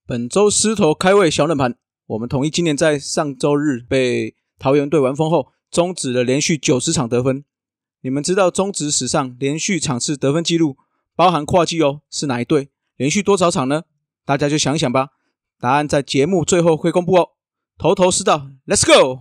本周狮头开胃小冷盘，我们统一今年在上周日被桃园队完封后，终止了连续90场得分。你们知道中职史上连续场次得分记录，包含跨季是哪一队？连续多少场呢？大家就想一想吧。答案在节目最后会公布哦。头头是道 ，Let's go！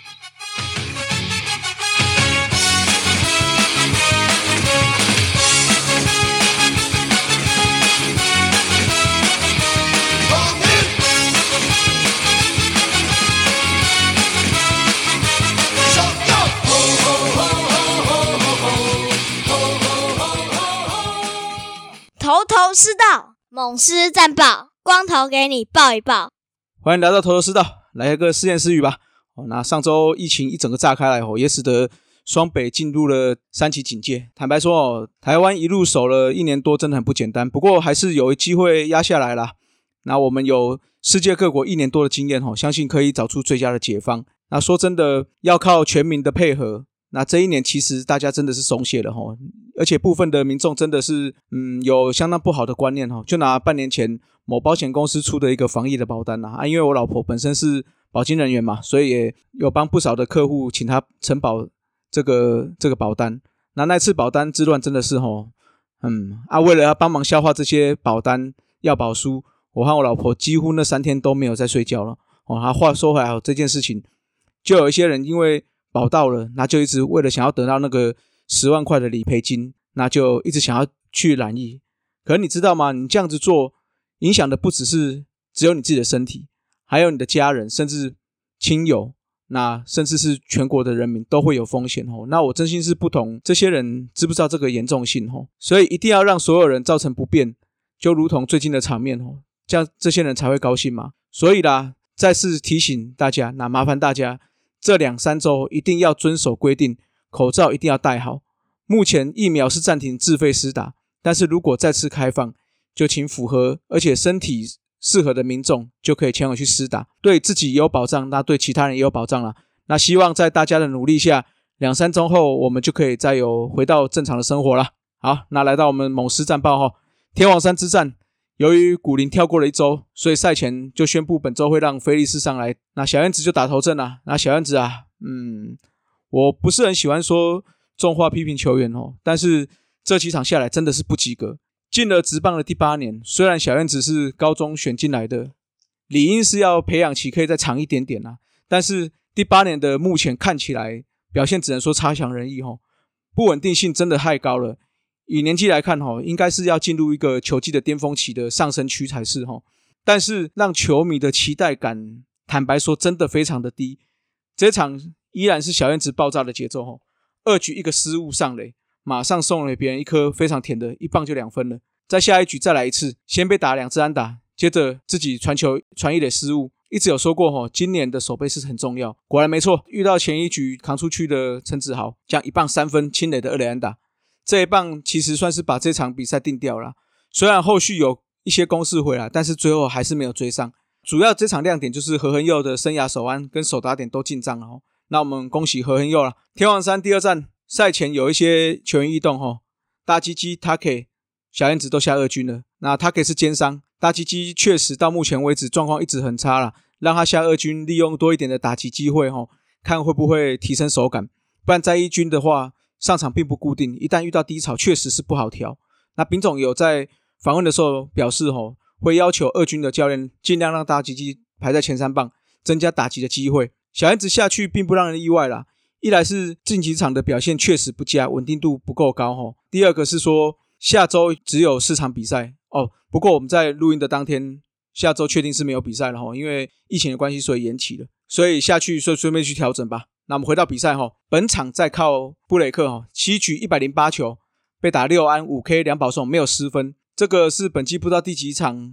头头是道，猛狮战报，光头给你报一报。 欢迎来到头头是道，来个私言私语吧。那上周疫情一整个炸开来也使得双北进入了3级警戒。坦白说台湾一路守了1年多，真的很不简单。不过还是有机会压下来啦。那我们有世界各国1年多的经验相信可以找出最佳的解方。那说真的，要靠全民的配合。那这一年其实大家真的是松懈了而且部分的民众真的是有相当不好的观念就拿半年前某保险公司出的一个防疫的保单因为我老婆本身是保金人员嘛，所以也有帮不少的客户请他承保这个保单。那次保单之乱真的是为了要帮忙消化这些保单要保书，我和我老婆几乎那3天都没有在睡觉了话说回来这件事情，就有一些人因为保到了，那就一直为了想要得到那个10万块的理赔金，那就一直想要去染疫。可是你知道吗？你这样子做影响的不只有你自己的身体，还有你的家人，甚至亲友，那甚至是全国的人民都会有风险那我真心是不懂这些人知不知道这个严重性所以一定要让所有人造成不便，就如同最近的场面这样这些人才会高兴嘛。所以啦，再次提醒大家，那麻烦大家这2-3周一定要遵守规定，口罩一定要戴好。目前疫苗是暂停自费施打，但是如果再次开放，就请符合而且身体适合的民众就可以前往去施打，对自己也有保障，那对其他人也有保障啦。那希望在大家的努力下，2-3周后我们就可以再有回到正常的生活啦。好，那来到我们猛狮战报天王山之战，由于古林跳过了1周，所以赛前就宣布本周会让菲利斯上来，那小燕子就打头阵啦。那小燕子我不是很喜欢说重话批评球员但是这几场下来真的是不及格。进了职棒的第8年，虽然小燕子是高中选进来的，理应是要培养期可以再长一点点但是第8年的目前看起来表现只能说差强人意不稳定性真的太高了。以年纪来看应该是要进入一个球季的巅峰期的上升区才是但是让球迷的期待感坦白说真的非常的低。这场依然是小燕子爆炸的节奏2局1个失误上垒，马上送了别人一颗非常甜的1棒就2分了。在下一局再来一次，先被打2支安打，接着自己传球传一垒失误。一直有说过今年的守备是很重要，果然没错，遇到前一局扛出去的陈子豪，将1棒3分清垒的2垒安打，这一棒其实算是把这场比赛定掉了。虽然后续有一些攻势回来，但是最后还是没有追上。主要这场亮点就是何恒佑的生涯首安跟首打点都进账了那我们恭喜何恒佑啦。天王山第2战赛前有一些球员异动大鸡鸡 Take 小燕子都下2军了。那 Take 是肩伤，大鸡鸡确实到目前为止状况一直很差啦，让他下2军利用多一点的打击机会看会不会提升手感。不然在1军的话上场并不固定，一旦遇到低潮确实是不好调。那丙总有在访问的时候表示会要求2军的教练尽量让大鸡鸡排在前3棒，增加打击的机会。小燕子下去并不让人意外啦，一来是近几场的表现确实不佳，稳定度不够高第二个是说下周只有4场比赛不过我们在录音的当天下周确定是没有比赛了因为疫情的关系所以延期了，所以下去顺便去调整吧。那我们回到比赛本场再靠布雷克7局108球被打6安5K 2保送，没有失分，这个是本季不知道第几场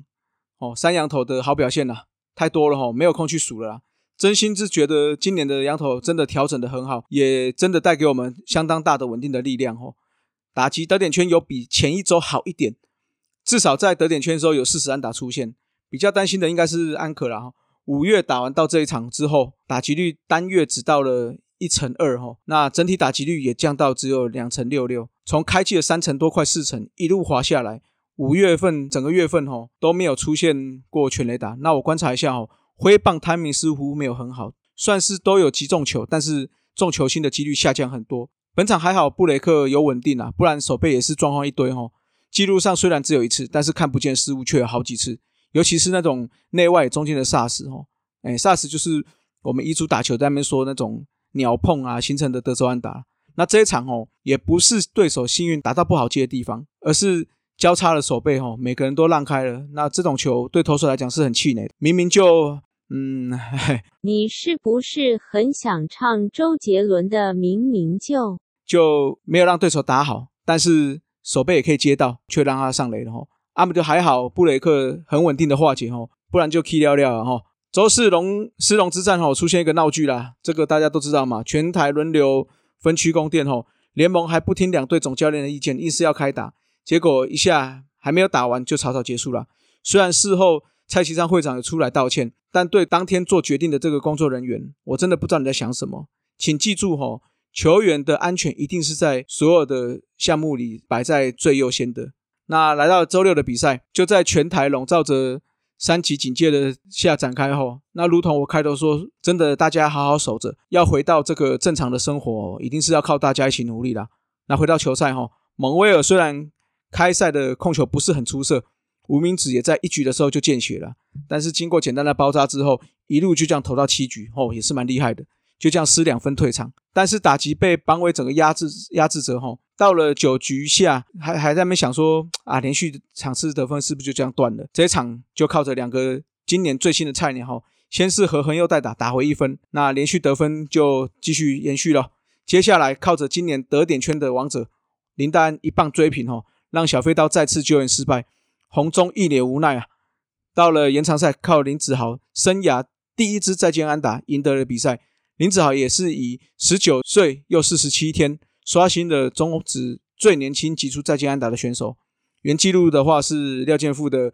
3洋投的好表现啦，太多了没有空去数了啦。真心是觉得今年的洋投真的调整得很好，也真的带给我们相当大的稳定的力量打击得点圈有比前1周好一点，至少在得点圈的时候有40安打出现。比较担心的应该是安可啦5月打完到这一场之后，打击率单月只到了1/2那整体打击率也降到只有2/66%，从开季的3成多快4成一路滑下来。 5月份整个月份都没有出现过全垒打。那我观察一下挥棒 timing 似乎没有很好，算是都有击中球，但是中球心的几率下降很多。本场还好布雷克有稳定不然手背也是状况一堆记录上虽然只有一次，但是看不见失误却有好几次，尤其是那种内外中间的煞死煞死就是我们遗嘱打球在那边说那种鸟碰形成的德州安打。那这一场也不是对手幸运打到不好接的地方，而是交叉的手背每个人都让开了。那这种球对投手来讲是很气馁的，明明就你是不是很想唱周杰伦的明明就没有让对手打好，但是手背也可以接到，却让他上垒了不就还好布雷克很稳定的化解不然就 key 了了周四狮龙之战出现一个闹剧啦，这个大家都知道嘛，全台轮流分区供电联盟还不听两队总教练的意见，硬是要开打，结果一下还没有打完就草草结束了。虽然事后蔡其昌会长有出来道歉，但对当天做决定的这个工作人员，我真的不知道你在想什么。请记住球员的安全一定是在所有的项目里摆在最优先的。那来到周六的比赛，就在全台笼罩着3级警戒的下展开那如同我开头说，真的大家好好守着，要回到这个正常的生活一定是要靠大家一起努力啦。那回到球赛蒙威尔虽然开赛的控球不是很出色，吴明子也在1局的时候就见血了，但是经过简单的包扎之后，一路就这样投到7局也是蛮厉害的，就这样失2分退场。但是打击被邦威整个压制着到了9局下还在那边想说连续场次得分是不是就这样断了。这一场就靠着2个今年最新的菜鸟先是何恒佑代打回1分，那连续得分就继续延续了。接下来靠着今年得点圈的王者林岱安一棒追平让小飞刀再次救援失败，红中一脸无奈到了延长赛，靠林子豪生涯第一支再见安打赢得了比赛。林子豪也是以19岁又47天刷新了中职最年轻击出再见安打的选手，原纪录的话是廖健富的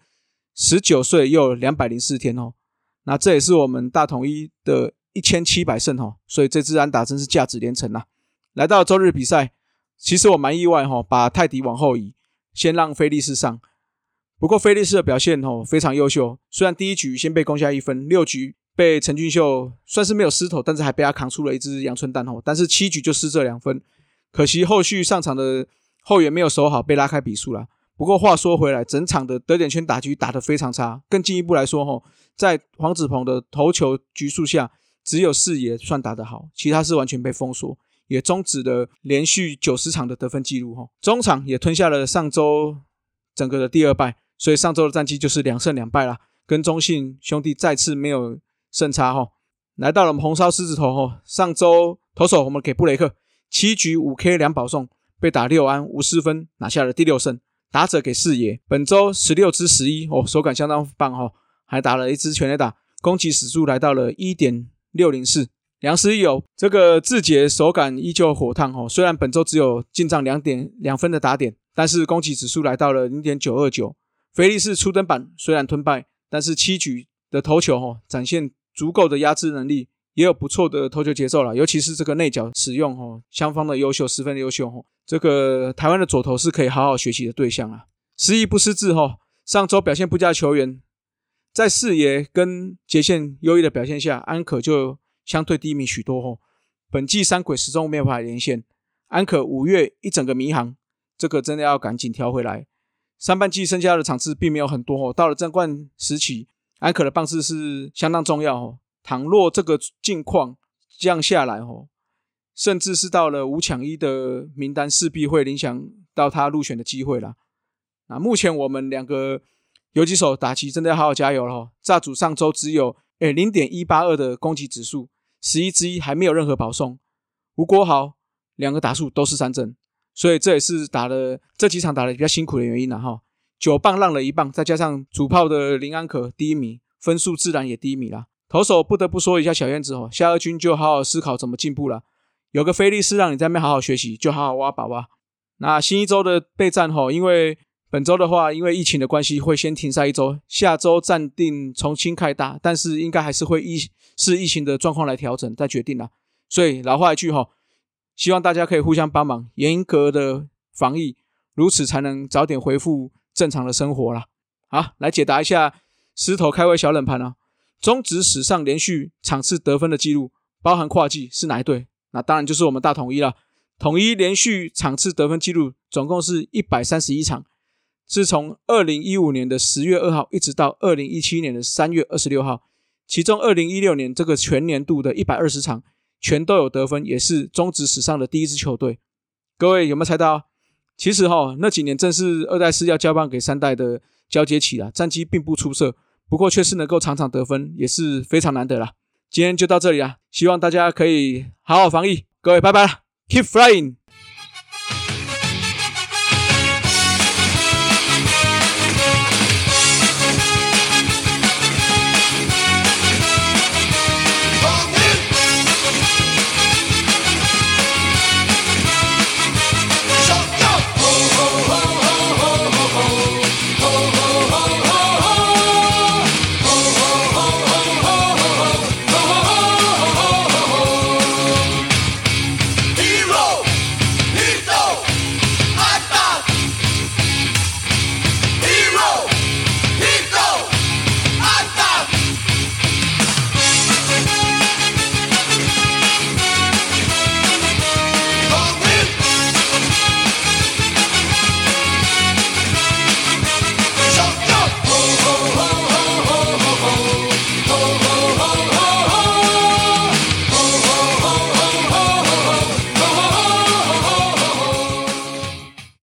19岁又204天那这也是我们大统一的1700胜所以这支安打真是价值连城来到周日比赛，其实我蛮意外把泰迪往后移，先让菲利士上。不过菲利士的表现非常优秀，虽然第1局先被攻下1分，6局被陈俊秀算是没有失投，但是还被他扛出了一支阳春蛋但是7局就失这2分，可惜后续上场的后援没有守好，被拉开比数啦。不过话说回来，整场的得点圈打局打得非常差，更进一步来说在黄子鹏的投球局数下，只有视野算打得好，其他是完全被封锁，也终止了连续90场的得分记录中场也吞下了上周整个的第2败，所以上周的战绩就是2胜2败啦，跟中信兄弟再次没有胜差来到了我们红烧狮子头上周投手我们给布雷克7局5K 2保送，被打6安无失分，拿下了第6胜。打者给视野，本周16支11手感相当棒还打了一支全垒打，攻击时数来到了 1.604。梁思义这个志杰手感依旧火烫虽然本周只有进账2分的打点，但是攻击指数来到了 0.929。菲利士初登板虽然吞败，但是7局的投球展现足够的压制能力，也有不错的投球节奏啦，尤其是这个内角使用相方的优秀，十分的优秀这个台湾的左投是可以好好学习的对象啦。失意不失智上周表现不佳的球员，在视野跟截线优异的表现下，安可就相对低迷许多本季3轨始终没有办法连线，安可5月一整个迷航，这个真的要赶紧调回来。上半季剩下的场次并没有很多到了争冠时期，安可的棒次是相当重要倘若这个境况降下来甚至是到了5抢1的名单，势必会影响到他入选的机会啦。那目前我们2个游击手打击真的要好好加油了炸主上周只有0.182 的攻击指数，11之1还没有任何保送。吴国豪2个打数都是3振，所以这也是这几场打得比较辛苦的原因啦9棒让了1棒，再加上主炮的林安可第1名，分数自然也第1名啦。投手不得不说一下小燕子下2军就好好思考怎么进步啦。有个菲利士让你在那边好好学习，就好好挖宝吧。那新一周的备战因为本周的话，因为疫情的关系会先停赛1周，下周暂定重新开打，但是应该还是会视疫情的状况来调整再决定啦。所以老话一句希望大家可以互相帮忙，严格的防疫，如此才能早点恢复正常的生活啦。好，来解答一下狮头开胃小冷盘啊。中职史上连续场次得分的记录，包含跨季是哪一队？那当然就是我们大统一啦。统一连续场次得分记录总共是131场，是从2015年的10月2号一直到2017年的3月26号，其中2016年这个全年度的120场全都有得分，也是中职史上的第一支球队。各位有没有猜到？其实那几年正是2代4要交棒给3代的交接期啦，战绩并不出色，不过却是能够场场得分，也是非常难得啦。今天就到这里啦，希望大家可以好好防疫，各位拜拜啦， Keep flying!